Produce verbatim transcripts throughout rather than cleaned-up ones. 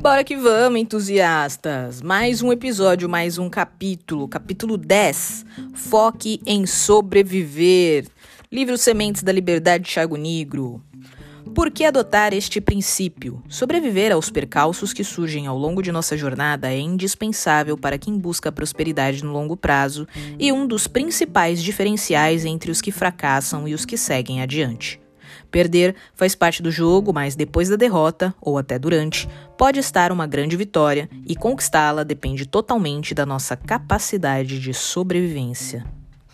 Bora que vamos, entusiastas! Mais um episódio, mais um capítulo, capítulo dez. Foque em sobreviver. Livro Sementes da Liberdade, Thiago Nigro. Por que adotar este princípio? Sobreviver aos percalços que surgem ao longo de nossa jornada é indispensável para quem busca a prosperidade no longo prazo e um dos principais diferenciais entre os que fracassam e os que seguem adiante. Perder faz parte do jogo, mas depois da derrota, ou até durante, pode estar uma grande vitória e conquistá-la depende totalmente da nossa capacidade de sobrevivência.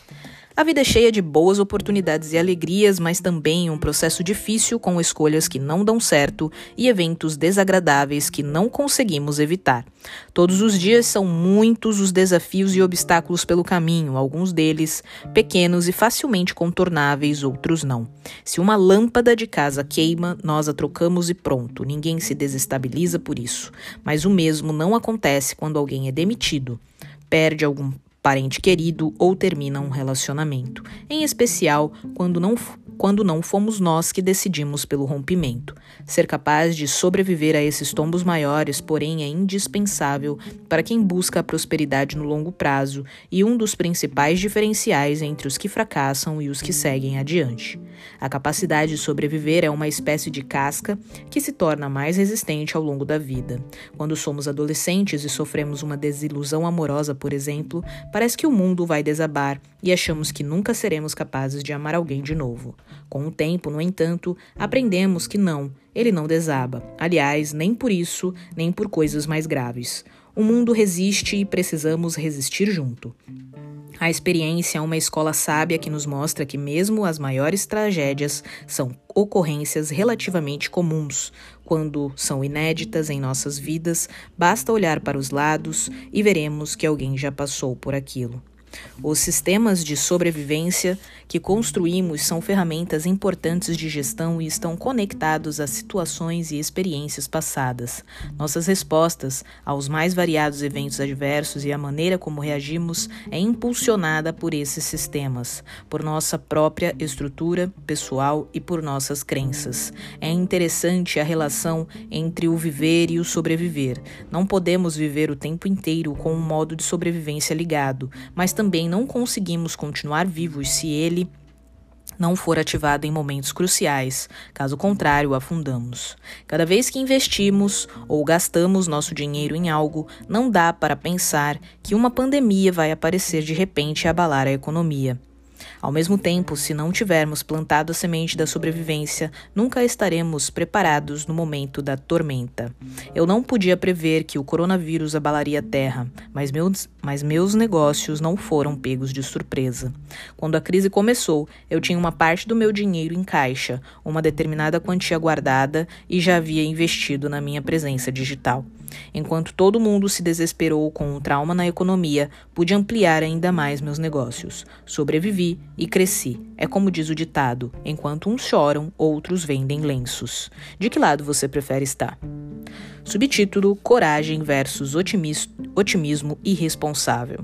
A vida é cheia de boas oportunidades e alegrias, mas também um processo difícil com escolhas que não dão certo e eventos desagradáveis que não conseguimos evitar. Todos os dias são muitos os desafios e obstáculos pelo caminho, alguns deles pequenos e facilmente contornáveis, outros não. Se uma lâmpada de casa queima, nós a trocamos e pronto, ninguém se desestabiliza por isso. Mas o mesmo não acontece quando alguém é demitido, perde algum parente querido ou termina um relacionamento, em especial quando não, quando não fomos nós que decidimos pelo rompimento. Ser capaz de sobreviver a esses tombos maiores, porém, é indispensável para quem busca a prosperidade no longo prazo e um dos principais diferenciais entre os que fracassam e os que seguem adiante. A capacidade de sobreviver é uma espécie de casca que se torna mais resistente ao longo da vida. Quando somos adolescentes e sofremos uma desilusão amorosa, por exemplo, parece que o mundo vai desabar e achamos que nunca seremos capazes de amar alguém de novo. Com o tempo, no entanto, aprendemos que não, ele não desaba. Aliás, nem por isso, nem por coisas mais graves. O mundo resiste e precisamos resistir junto. A experiência é uma escola sábia que nos mostra que mesmo as maiores tragédias são ocorrências relativamente comuns. Quando são inéditas em nossas vidas, basta olhar para os lados e veremos que alguém já passou por aquilo. Os sistemas de sobrevivência que construímos são ferramentas importantes de gestão e estão conectados a situações e experiências passadas. Nossas respostas aos mais variados eventos adversos e a maneira como reagimos é impulsionada por esses sistemas, por nossa própria estrutura pessoal e por nossas crenças. É interessante a relação entre o viver e o sobreviver. Não podemos viver o tempo inteiro com um modo de sobrevivência ligado, mas também não conseguimos continuar vivos se ele não for ativado em momentos cruciais. Caso contrário, afundamos. Cada vez que investimos ou gastamos nosso dinheiro em algo, não dá para pensar que uma pandemia vai aparecer de repente e abalar a economia. Ao mesmo tempo, se não tivermos plantado a semente da sobrevivência, nunca estaremos preparados no momento da tormenta. Eu não podia prever que o coronavírus abalaria a Terra, mas meus, mas meus negócios não foram pegos de surpresa. Quando a crise começou, eu tinha uma parte do meu dinheiro em caixa, uma determinada quantia guardada e já havia investido na minha presença digital. Enquanto todo mundo se desesperou com o trauma na economia, pude ampliar ainda mais meus negócios. Sobrevivi e cresci. É como diz o ditado: enquanto uns choram, outros vendem lenços. De que lado você prefere estar? Subtítulo: Coragem versus otimis- otimismo irresponsável.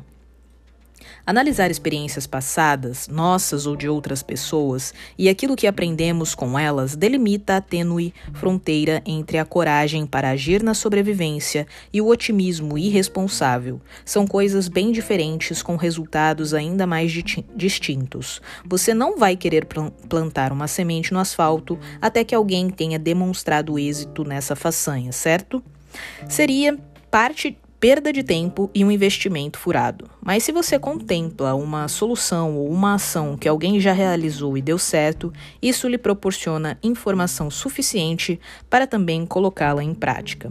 Analisar experiências passadas, nossas ou de outras pessoas, e aquilo que aprendemos com elas delimita a tênue fronteira entre a coragem para agir na sobrevivência e o otimismo irresponsável. São coisas bem diferentes com resultados ainda mais di- distintos. Você não vai querer pl- plantar uma semente no asfalto até que alguém tenha demonstrado êxito nessa façanha, certo? Seria parte perda de tempo e um investimento furado. Mas se você contempla uma solução ou uma ação que alguém já realizou e deu certo, isso lhe proporciona informação suficiente para também colocá-la em prática.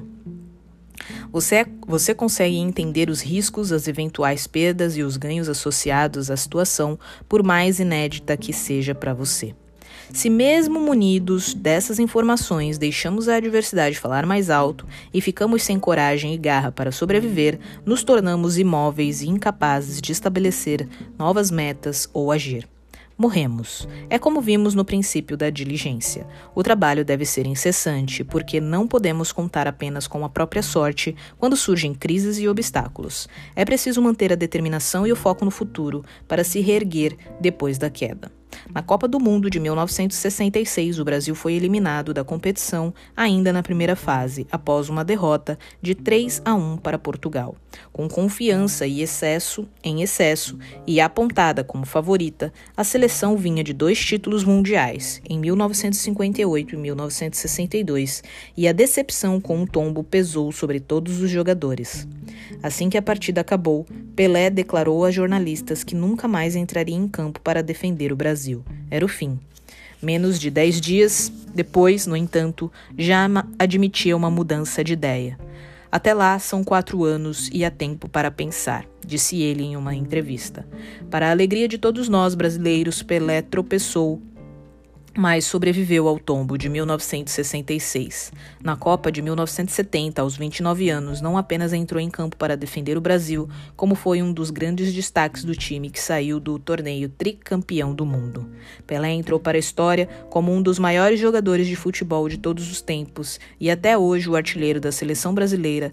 Você, você consegue entender os riscos, as eventuais perdas e os ganhos associados à situação, por mais inédita que seja para você. Se mesmo munidos dessas informações deixamos a adversidade falar mais alto e ficamos sem coragem e garra para sobreviver, nos tornamos imóveis e incapazes de estabelecer novas metas ou agir. Morremos. É como vimos no princípio da diligência. O trabalho deve ser incessante, porque não podemos contar apenas com a própria sorte quando surgem crises e obstáculos. É preciso manter a determinação e o foco no futuro para se reerguer depois da queda. Na Copa do Mundo de mil novecentos e sessenta e seis, o Brasil foi eliminado da competição ainda na primeira fase, após uma derrota de três a um para Portugal. Com confiança e excesso em excesso e apontada como favorita, a seleção vinha de dois títulos mundiais, em mil novecentos e cinquenta e oito e mil novecentos e sessenta e dois, e a decepção com o tombo pesou sobre todos os jogadores. Assim que a partida acabou, Pelé declarou a jornalistas que nunca mais entraria em campo para defender o Brasil. Era o fim. Menos de dez dias depois, no entanto, já admitia uma mudança de ideia. Até lá são quatro anos e há tempo para pensar, disse ele em uma entrevista. Para a alegria de todos nós brasileiros, Pelé tropeçou, mas sobreviveu ao tombo de mil novecentos e sessenta e seis. Na Copa de mil novecentos e setenta, aos vinte e nove anos, não apenas entrou em campo para defender o Brasil, como foi um dos grandes destaques do time que saiu do torneio tricampeão do mundo. Pelé entrou para a história como um dos maiores jogadores de futebol de todos os tempos e até hoje o artilheiro da seleção brasileira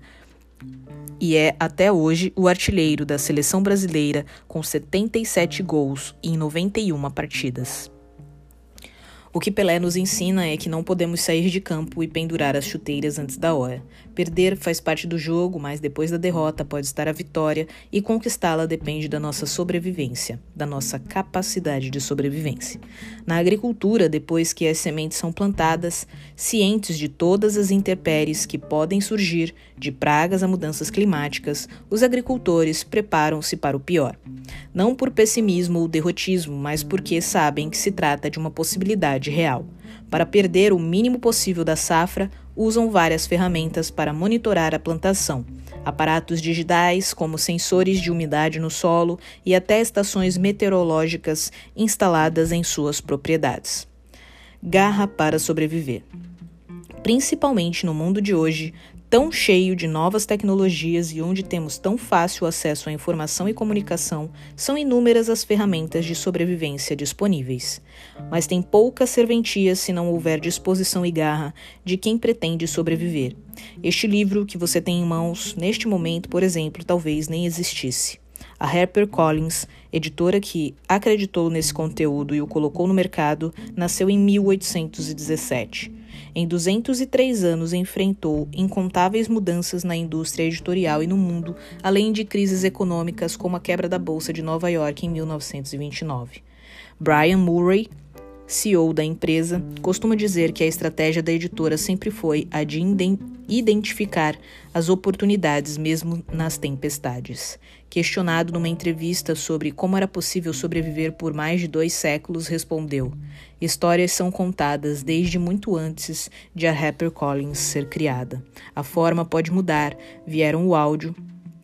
e é até hoje o artilheiro da seleção brasileira com setenta e sete gols em noventa e uma partidas. O que Pelé nos ensina é que não podemos sair de campo e pendurar as chuteiras antes da hora. Perder faz parte do jogo, mas depois da derrota pode estar a vitória e conquistá-la depende da nossa sobrevivência, da nossa capacidade de sobrevivência. Na agricultura, depois que as sementes são plantadas, cientes de todas as intempéries que podem surgir, de pragas a mudanças climáticas, os agricultores preparam-se para o pior. Não por pessimismo ou derrotismo, mas porque sabem que se trata de uma possibilidade real. Para perder o mínimo possível da safra, usam várias ferramentas para monitorar a plantação, aparatos digitais como sensores de umidade no solo e até estações meteorológicas instaladas em suas propriedades. Garra para sobreviver. Principalmente no mundo de hoje, tão cheio de novas tecnologias e onde temos tão fácil acesso à informação e comunicação, são inúmeras as ferramentas de sobrevivência disponíveis. Mas tem pouca serventia se não houver disposição e garra de quem pretende sobreviver. Este livro que você tem em mãos, neste momento, por exemplo, talvez nem existisse. A HarperCollins, editora que acreditou nesse conteúdo e o colocou no mercado, nasceu em mil oitocentos e dezessete. Em duzentos e três anos, enfrentou incontáveis mudanças na indústria editorial e no mundo, além de crises econômicas como a quebra da Bolsa de Nova York em mil novecentos e vinte e nove. Brian Murray, C E O da empresa, costuma dizer que a estratégia da editora sempre foi a de identificar as oportunidades mesmo nas tempestades. Questionado numa entrevista sobre como era possível sobreviver por mais de dois séculos, respondeu: histórias são contadas desde muito antes de a HarperCollins ser criada. A forma pode mudar, vieram o áudio,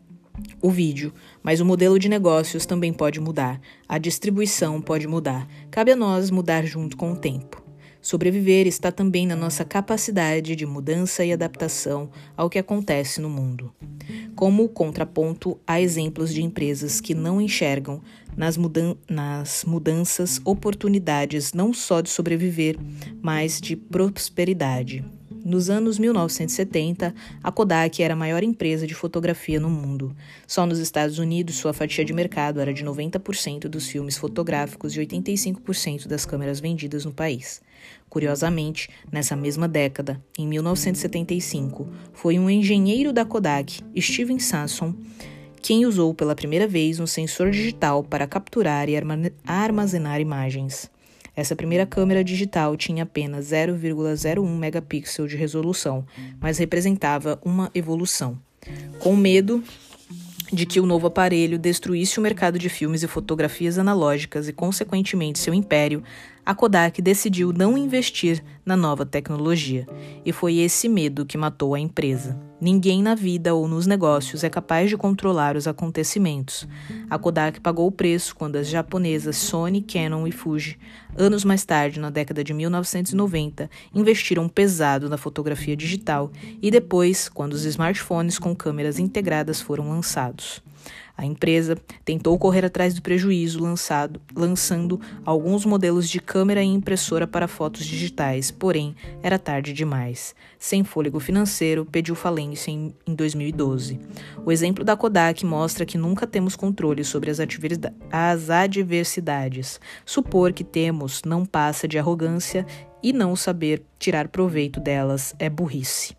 o vídeo, mas o modelo de negócios também pode mudar, a distribuição pode mudar, cabe a nós mudar junto com o tempo. Sobreviver está também na nossa capacidade de mudança e adaptação ao que acontece no mundo. Como contraponto, há exemplos de empresas que não enxergam nas, mudan- nas mudanças oportunidades não só de sobreviver, mas de prosperidade. Nos anos mil novecentos e setenta, a Kodak era a maior empresa de fotografia no mundo. Só nos Estados Unidos, sua fatia de mercado era de noventa por cento dos filmes fotográficos e oitenta e cinco por cento das câmeras vendidas no país. Curiosamente, nessa mesma década, em mil novecentos e setenta e cinco, foi um engenheiro da Kodak, Steven Sasson, quem usou pela primeira vez um sensor digital para capturar e armazenar imagens. Essa primeira câmera digital tinha apenas zero vírgula zero um megapixel de resolução, mas representava uma evolução. Com medo de que o novo aparelho destruísse o mercado de filmes e fotografias analógicas e, consequentemente, seu império, a Kodak decidiu não investir na nova tecnologia. E foi esse medo que matou a empresa. Ninguém na vida ou nos negócios é capaz de controlar os acontecimentos. A Kodak pagou o preço quando as japonesas Sony, Canon e Fuji, anos mais tarde, na década de mil novecentos e noventa, investiram pesado na fotografia digital e depois, quando os smartphones com câmeras integradas foram lançados. A empresa tentou correr atrás do prejuízo lançado, lançando alguns modelos de câmera e impressora para fotos digitais, porém, era tarde demais. Sem fôlego financeiro, pediu falência em, em dois mil e doze. O exemplo da Kodak mostra que nunca temos controle sobre as, as adversidades. Supor que temos não passa de arrogância e não saber tirar proveito delas é burrice.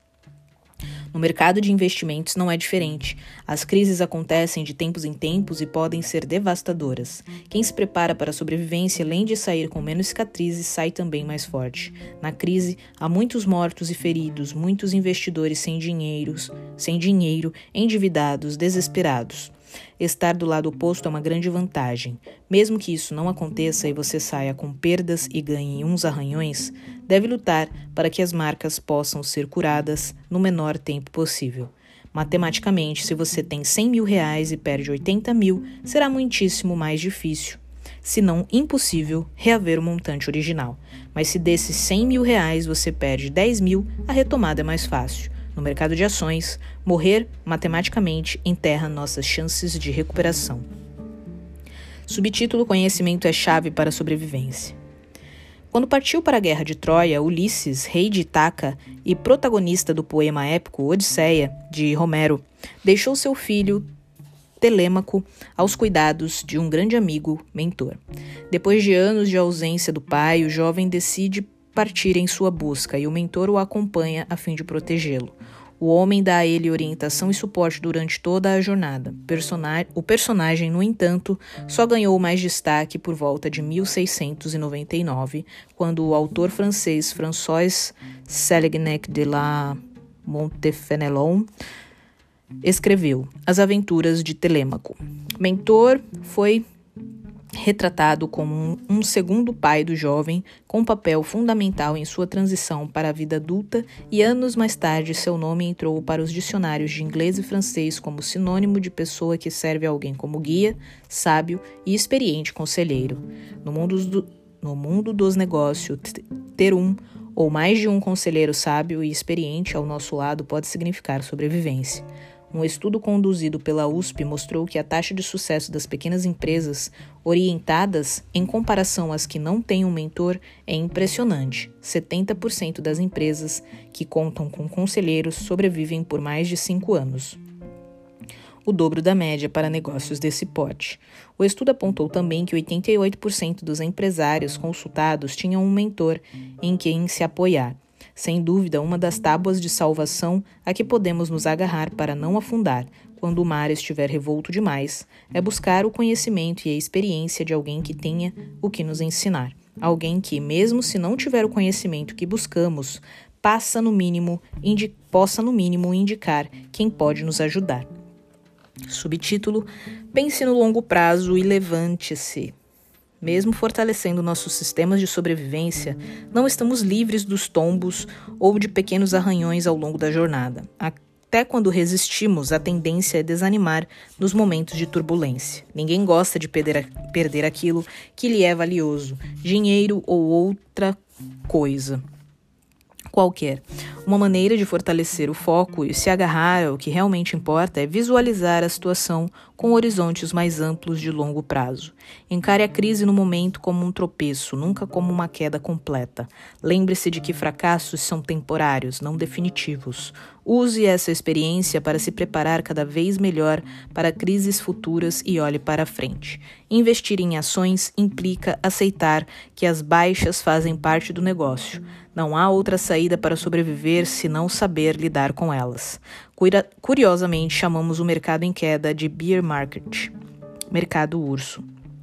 No mercado de investimentos não é diferente. As crises acontecem de tempos em tempos e podem ser devastadoras. Quem se prepara para a sobrevivência, além de sair com menos cicatrizes, sai também mais forte. Na crise, há muitos mortos e feridos, muitos investidores sem dinheiro, sem dinheiro, endividados, desesperados. Estar do lado oposto é uma grande vantagem. Mesmo que isso não aconteça e você saia com perdas e ganhe uns arranhões, deve lutar para que as marcas possam ser curadas no menor tempo possível. Matematicamente, se você tem cem mil reais e perde oitenta mil, será muitíssimo mais difícil, se não impossível, reaver o montante original. Mas se desses cem mil reais você perde dez mil, a retomada é mais fácil. No mercado de ações, morrer matematicamente enterra nossas chances de recuperação. Subtítulo: Conhecimento é chave para a sobrevivência. Quando partiu para a guerra de Troia, Ulisses, rei de Ítaca e protagonista do poema épico Odisseia, de Homero, deixou seu filho Telêmaco aos cuidados de um grande amigo, mentor. Depois de anos de ausência do pai, o jovem decide partir em sua busca e o mentor o acompanha a fim de protegê-lo. O homem dá a ele orientação e suporte durante toda a jornada. Persona- o personagem, no entanto, só ganhou mais destaque por volta de mil seiscentos e noventa e nove, quando o autor francês François Sélignac de la Montefenelon escreveu As Aventuras de Telêmaco. Mentor foi retratado como um, um segundo pai do jovem, com um papel fundamental em sua transição para a vida adulta, e anos mais tarde seu nome entrou para os dicionários de inglês e francês como sinônimo de pessoa que serve a alguém como guia, sábio e experiente conselheiro. No mundo, do, no mundo dos negócios, ter um ou mais de um conselheiro sábio e experiente ao nosso lado pode significar sobrevivência. Um estudo conduzido pela U S P mostrou que a taxa de sucesso das pequenas empresas orientadas em comparação às que não têm um mentor é impressionante. setenta por cento das empresas que contam com conselheiros sobrevivem por mais de cinco anos. O dobro da média para negócios desse porte. O estudo apontou também que oitenta e oito por cento dos empresários consultados tinham um mentor em quem se apoiar. Sem dúvida, uma das tábuas de salvação a que podemos nos agarrar para não afundar quando o mar estiver revolto demais é buscar o conhecimento e a experiência de alguém que tenha o que nos ensinar. Alguém que, mesmo se não tiver o conhecimento que buscamos, passa no mínimo, indi- possa no mínimo indicar quem pode nos ajudar. Subtítulo: Pense no longo prazo e levante-se. Mesmo fortalecendo nossos sistemas de sobrevivência, não estamos livres dos tombos ou de pequenos arranhões ao longo da jornada. Até quando resistimos, a tendência é desanimar nos momentos de turbulência. Ninguém gosta de perder, perder aquilo que lhe é valioso, dinheiro ou outra coisa qualquer. Uma maneira de fortalecer o foco e se agarrar ao que realmente importa é visualizar a situação com horizontes mais amplos de longo prazo. Encare a crise no momento como um tropeço, nunca como uma queda completa. Lembre-se de que fracassos são temporários, não definitivos. Use essa experiência para se preparar cada vez melhor para crises futuras e olhe para frente. Investir em ações implica aceitar que as baixas fazem parte do negócio. Não há outra saída para sobreviver se não saber lidar com elas. Curiosamente, chamamos o mercado em queda de bear market, mercado urso.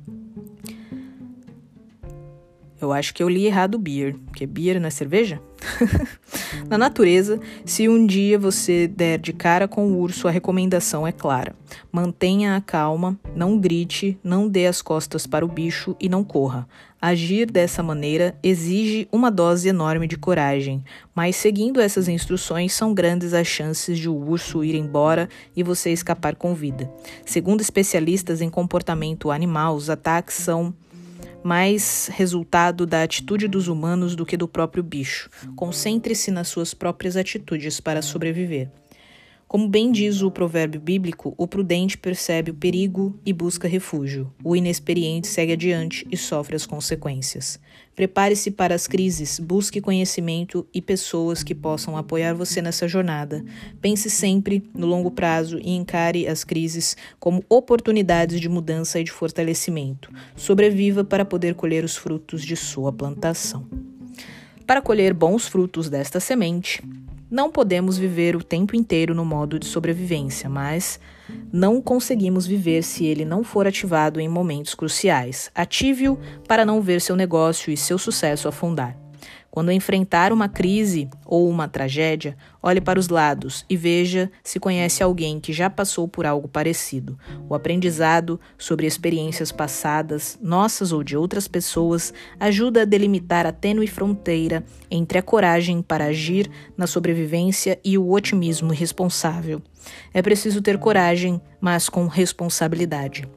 Eu acho que eu li errado beer, porque beer não é cerveja? Na natureza, se um dia você der de cara com o urso, a recomendação é clara. Mantenha a calma, não grite, não dê as costas para o bicho e não corra. Agir dessa maneira exige uma dose enorme de coragem, mas seguindo essas instruções são grandes as chances de o urso ir embora e você escapar com vida. Segundo especialistas em comportamento animal, os ataques são mais resultado da atitude dos humanos do que do próprio bicho. Concentre-se nas suas próprias atitudes para sobreviver. Como bem diz o provérbio bíblico, o prudente percebe o perigo e busca refúgio. O inexperiente segue adiante e sofre as consequências. Prepare-se para as crises, busque conhecimento e pessoas que possam apoiar você nessa jornada. Pense sempre no longo prazo e encare as crises como oportunidades de mudança e de fortalecimento. Sobreviva para poder colher os frutos de sua plantação. Para colher bons frutos desta semente, não podemos viver o tempo inteiro no modo de sobrevivência, mas não conseguimos viver se ele não for ativado em momentos cruciais. Ative-o para não ver seu negócio e seu sucesso afundar. Quando enfrentar uma crise ou uma tragédia, olhe para os lados e veja se conhece alguém que já passou por algo parecido. O aprendizado sobre experiências passadas, nossas ou de outras pessoas, ajuda a delimitar a tênue fronteira entre a coragem para agir na sobrevivência e o otimismo irresponsável. É preciso ter coragem, mas com responsabilidade.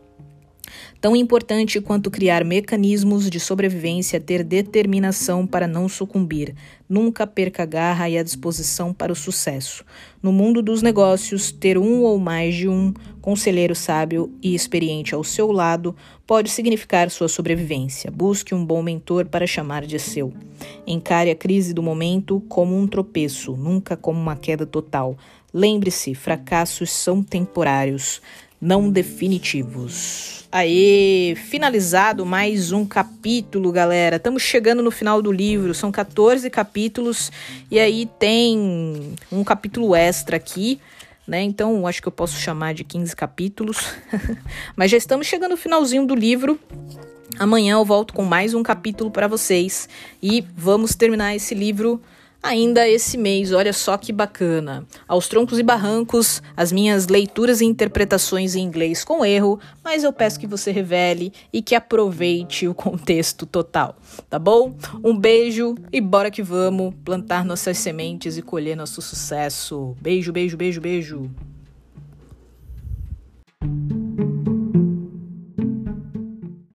Tão importante quanto criar mecanismos de sobrevivência é ter determinação para não sucumbir. Nunca perca a garra e a disposição para o sucesso. No mundo dos negócios, ter um ou mais de um conselheiro sábio e experiente ao seu lado pode significar sua sobrevivência. Busque um bom mentor para chamar de seu. Encare a crise do momento como um tropeço, nunca como uma queda total. Lembre-se, fracassos são temporários, não definitivos. Aê, finalizado mais um capítulo, galera. Estamos chegando no final do livro, são catorze capítulos e aí tem um capítulo extra aqui, né? Então, acho que eu posso chamar de quinze capítulos. Mas já estamos chegando no finalzinho do livro. Amanhã eu volto com mais um capítulo para vocês e vamos terminar esse livro ainda esse mês. Olha só que bacana. Aos troncos e barrancos, as minhas leituras e interpretações em inglês com erro, mas eu peço que você revele e que aproveite o contexto total, tá bom? Um beijo e bora que vamos plantar nossas sementes e colher nosso sucesso. Beijo, beijo, beijo, beijo.